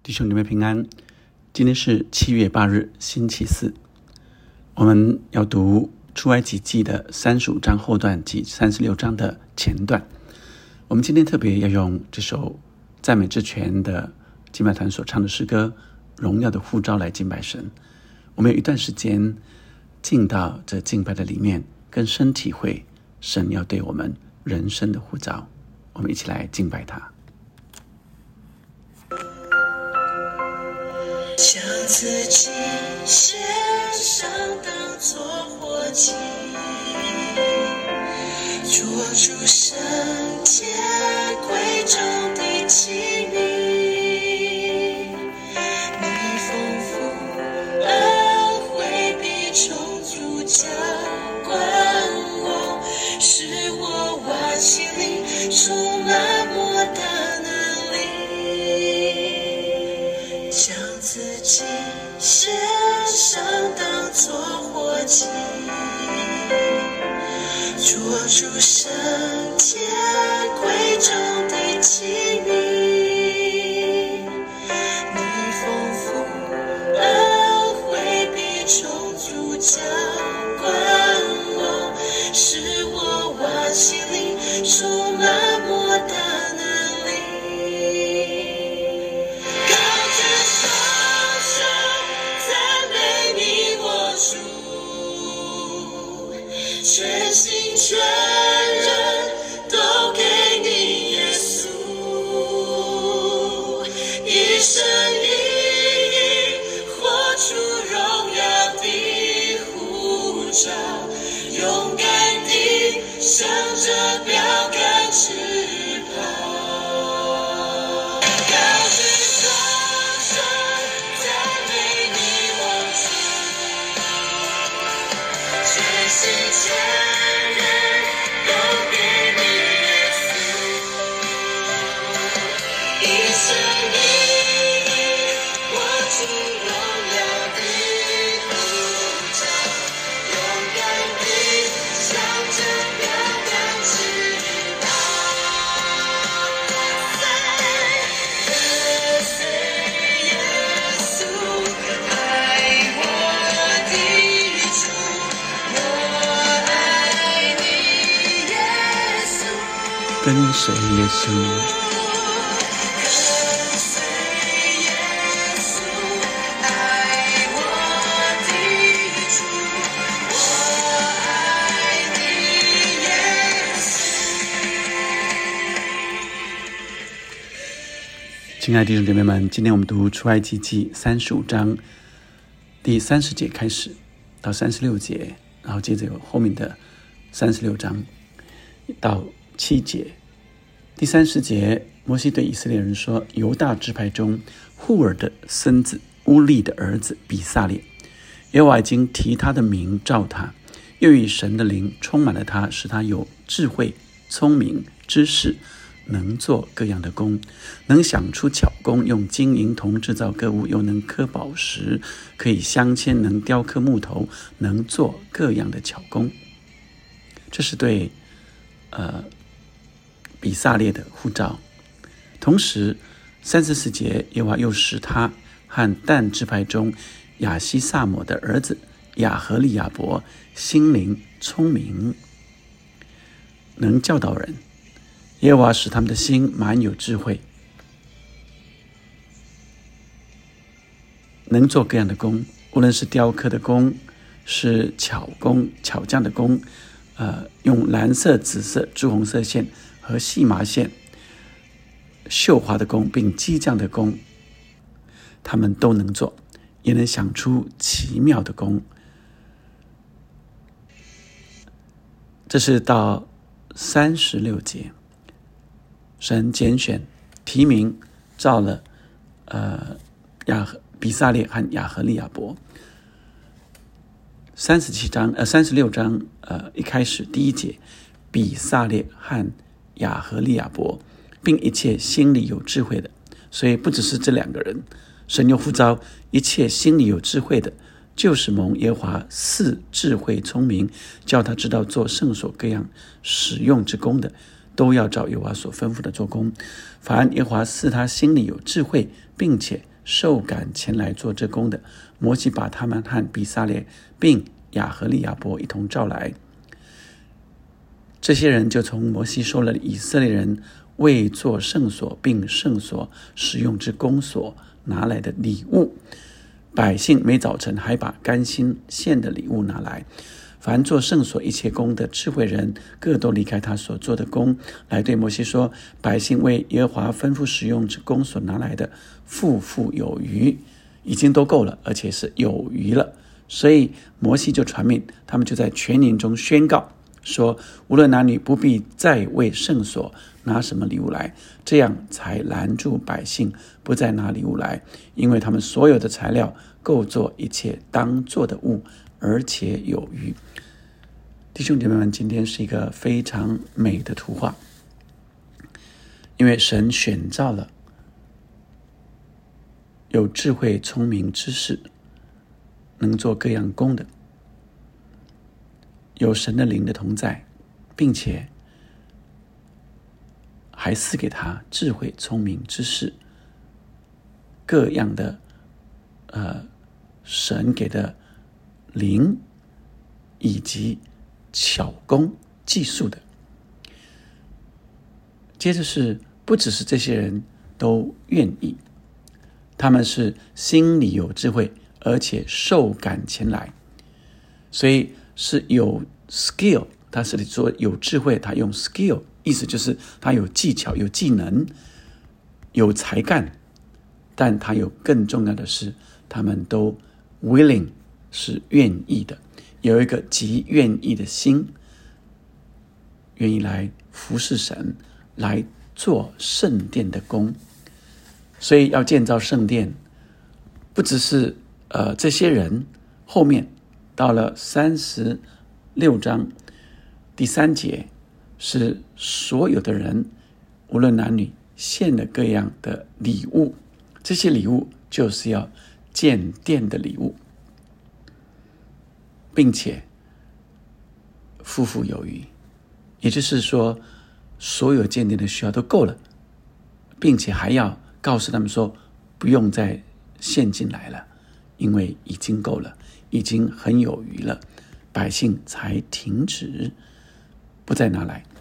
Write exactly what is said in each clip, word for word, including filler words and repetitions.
弟兄姊妹平安，今天是七月八日星期四，我们要读出埃及记的三十五章后段及三十六章的前段。我们今天特别要用这首赞美之泉的敬拜团所唱的诗歌荣耀的呼召来敬拜神。我们有一段时间进到这敬拜的里面，更深体会神要对我们人生的呼召。我们一起来敬拜他。 将自己献上当作活祭，做出圣洁贵重的器皿，你丰富恩惠必充足浇灌我，使我完心灵充满莫大能力，将自己献上当作活祭，做出圣洁贵重的器皿，你丰富恩惠必充足浇灌我，使我完心灵充满莫大能力。高举双手赞美你我主，全心全人都给你耶稣，一生一意活出荣耀的呼召，勇敢地向着标杆直跑。高举双手赞美你我主，全心全人都给你耶稣，一生一意活出荣耀的呼召，勇敢地向着标杆直跑。跟随耶稣，爱我的主，我爱你耶稣。 跟随耶稣， 跟随耶稣，爱我的主，我爱你耶稣。 亲爱的弟兄姐妹们，今天我们读出埃及记三十五章第三十节开始到三十六节，然后接着有后面的三十六章到七节。第三十节，摩西对以色列人说，犹大支派中户尔的孙子乌利的儿子比撒列，耶和华已经提他的名召他，又以神的灵充满了他，使他有智慧、聪明、知识，能做各样的工，能想出巧工，用金银铜制造各物，又能刻宝石，可以镶嵌，能雕刻木头，能做各样的巧工。这是对呃比撒列的呼召。同时三十四节，耶和华又使他和但支派中亚希萨抹的儿子亚和利亚伯心灵聪明，能教导人。耶和华使他们的心满有智慧，能做各样的工，无论是雕刻的工，是巧工、巧匠的工，呃，用蓝色、紫色、朱红色线和细麻线绣花的工，并机匠的工，他们都能做，也能想出奇妙的工。这是到三十六节，神拣选、提名、召了呃亚比撒列和亚和利亚伯。三十七章呃三十六章呃一开始第一节，比撒列和亚和利亚伯，并一切心里有智慧的。所以不只是这两个人，神又呼召一切心里有智慧的，就是蒙耶和华赐智慧聪明，叫他知道做圣所各样使用之功的，都要照耶和华所吩咐的做工。凡耶和华赐他心里有智慧，并且受感前来做这工的，摩西把他们和比撒列并亚和利亚伯一同召来。这些人就从摩西收了以色列人为做圣所并圣所使用之工所拿来的礼物。百姓每早晨还把甘心献的礼物拿来。凡做圣所一切工的智慧人，各都离开他所做的工，来对摩西说：百姓为耶和华吩咐使用之工所拿来的，富富有余，已经都够了，而且是有余了。所以摩西就传命，他们就在全营中宣告说，无论男女，不必再为圣所拿什么礼物来，这样才拦住百姓不再拿礼物来，因为他们所有的材料够做一切当做的物，而且有余。弟兄姐妹们，今天是一个非常美的图画，因为神选召了有智慧、聪明、知识，能做各样工的，有神的灵的同在，并且还赐给他智慧、聪明、知识，各样的呃神给的灵以及巧工技术的。接着是不只是这些人都愿意，他们是心里有智慧，而且受感前来，所以是有 skill， 他是说有智慧，他用 skill， 意思就是他有技巧、有技能、有才干，但他有更重要的是，他们都 willing， 是愿意的，有一个极愿意的心，愿意来服侍神，来做圣殿的工。所以要建造圣殿，不只是呃这些人，后面到了三十六章第三节，是所有的人无论男女献了各样的礼物，这些礼物就是要建殿的礼物，并且富富有余，也就是说所有建殿的需要都够了，并且还要告诉他们说不用再献进来了，因为已经够了，已经很有余了，百姓才停止不再拿来。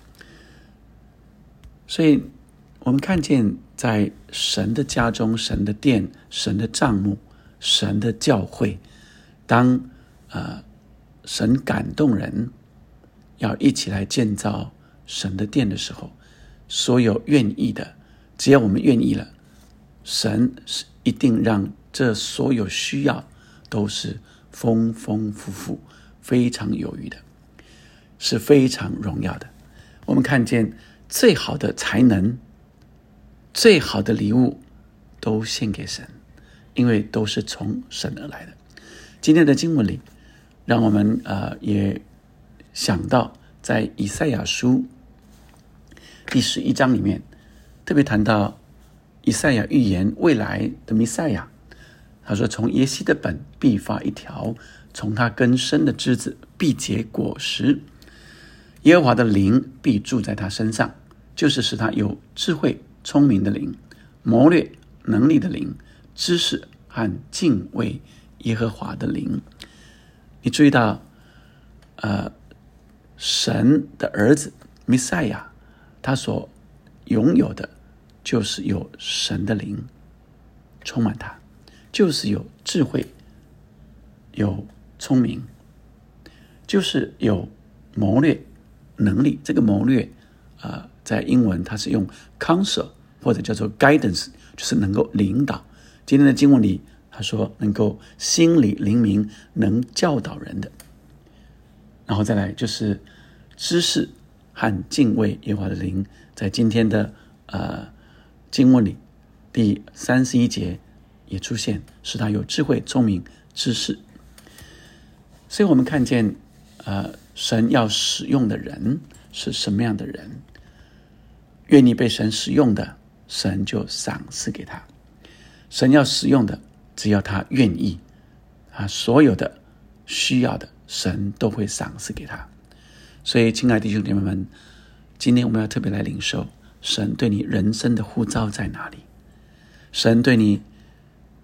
所以我们看见在神的家中，神的殿，神的帐幕，神的教会，当呃神感动人要一起来建造神的殿的时候，所有愿意的，只要我们愿意了，神是一定让这所有需要都是丰丰富富，非常有余的，是非常荣耀的。我们看见最好的才能，最好的礼物都献给神，因为都是从神而来的。今天的经文里让我们呃也想到在以赛亚书第十一章里面，特别谈到以赛亚预言未来的弥赛亚，他说从耶西的本必发一条，从他根生的枝子必结果实，耶和华的灵必住在他身上，就是使他有智慧聪明的灵，谋略能力的灵，知识和敬畏耶和华的灵。你注意到呃，神的儿子弥赛亚，他所拥有的就是有神的灵充满他，就是有智慧，有聪明，就是有谋略能力。这个谋略呃，在英文它是用 counsel 或者叫做 guidance， 就是能够领导。今天的经文里他说能够心里灵明，能教导人的。然后再来就是知识和敬畏耶和华的灵，在今天的呃经文里第三十一节也出现，使他有智慧聪明知识。所以我们看见呃神要使用的人是什么样的人，愿意被神使用的，神就赏赐给他。神要使用的，只要他愿意，他所有的需要的神都会赏赐给他。所以亲爱的弟兄姐妹们，今天我们要特别来领受神对你人生的呼召在哪里，神对你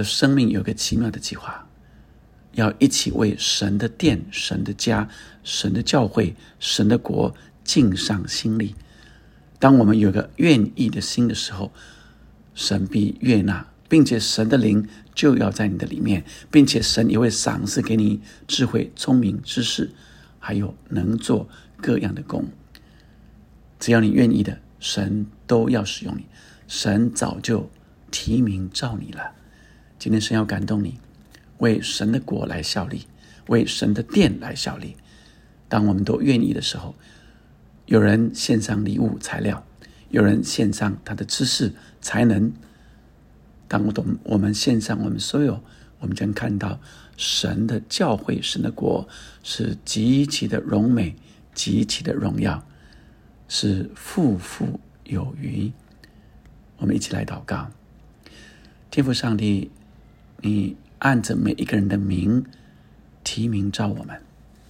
的生命有个奇妙的计划，要一起为神的殿、神的家、神的教会、神的国尽上心力。当我们有个愿意的心的时候，神必悦纳，并且神的灵就要在你的里面，并且神也会赏赐给你智慧、聪明、知识，还有能做各样的工。只要你愿意的，神都要使用你。神早就提名召你了。今天神要感动你，为神的国来效力，为神的殿来效力。当我们都愿意的时候，有人献上礼物材料，有人献上他的知识才能。当我们献上我们所有，我们将看到神的教会、神的国是极其的荣美，极其的荣耀，是富富有余。我们一起来祷告。天父上帝，你按着每一个人的名提名召我们，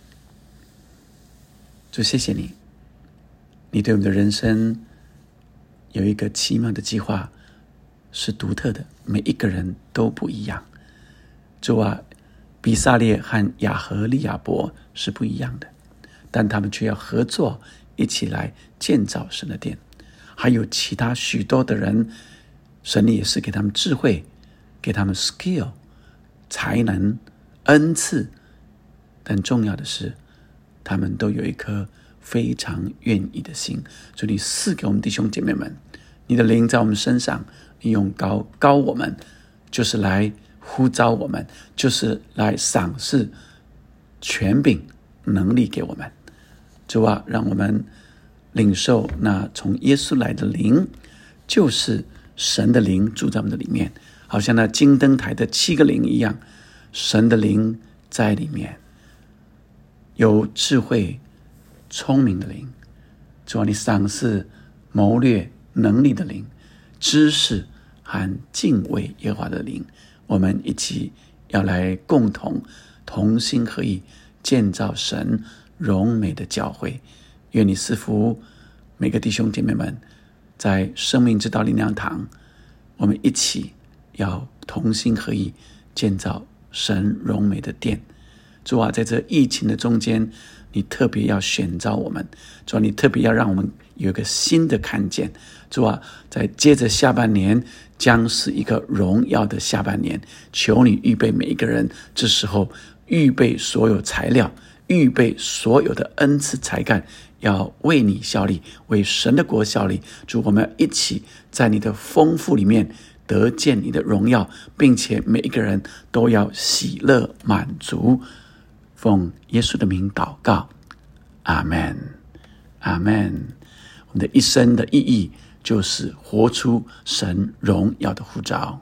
主谢谢你，你对我们的人生有一个奇妙的计划，是独特的，每一个人都不一样。主啊，比撒列和亚和利亚伯是不一样的，但他们却要合作一起来建造神的殿。还有其他许多的人，神也是给他们智慧，给他们 skill 才能恩赐，但重要的是他们都有一颗非常愿意的心。所以你赐给我们弟兄姐妹们，你的灵在我们身上，你用膏膏我们，就是来呼召我们，就是来赏赐权柄能力给我们。主啊，让我们领受那从耶稣来的灵，就是神的灵住在我们的里面，好像那金灯台的七个灵一样，神的灵在里面，有智慧聪明的灵。主啊，你赏赐谋略能力的灵，知识和敬畏耶和华的灵。我们一起要来共同同心合意建造神荣美的教会。愿你赐福每个弟兄姐妹们，在生命之道灵粮堂，我们一起要同心合意建造神荣美的殿。主啊，在这疫情的中间，你特别要选召我们。主啊，你特别要让我们有一个新的看见。主啊，在接着下半年将是一个荣耀的下半年，求你预备每一个人，这时候预备所有材料，预备所有的恩赐才干，要为你效力，为神的国效力。主，我们要一起在你的丰富里面得见你的荣耀，并且每一个人都要喜乐满足。奉耶稣的名祷告，阿们，阿们。我们的一生的意义就是活出神荣耀的呼召。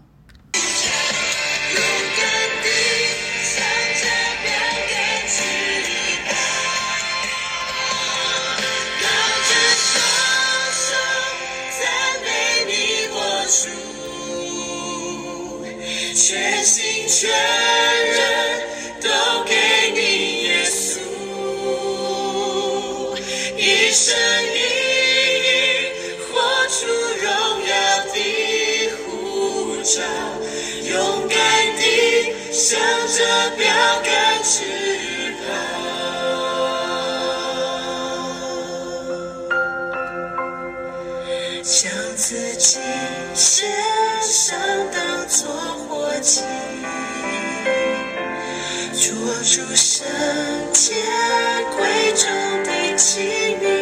全心全人都给你耶稣，一生一意活出荣耀的呼召，勇敢地向着标杆直跑，将自己献上当作活祭，捉住圣洁贵重的器皿。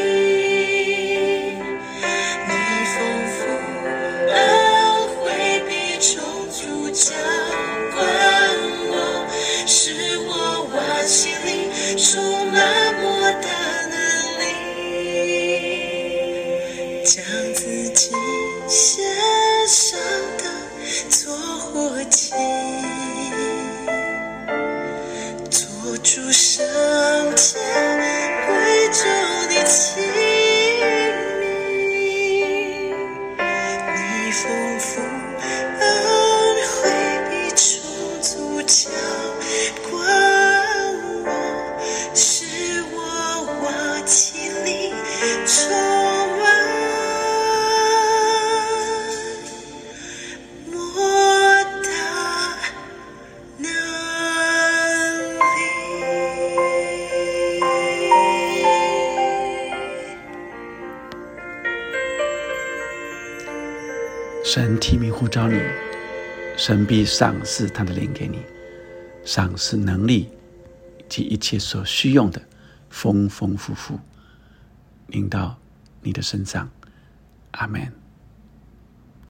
你丰富恩惠必充足浇灌我，使我往心里充满莫大能力，将自己献上当作活祭，做出圣洁贵重的器皿。你丰富恩惠必充足浇灌我，使我往心里充满莫大神提名呼召你，神必赏赐他的灵给你，赏赐能力及一切所需用的，丰丰富富临到你的身上。阿们。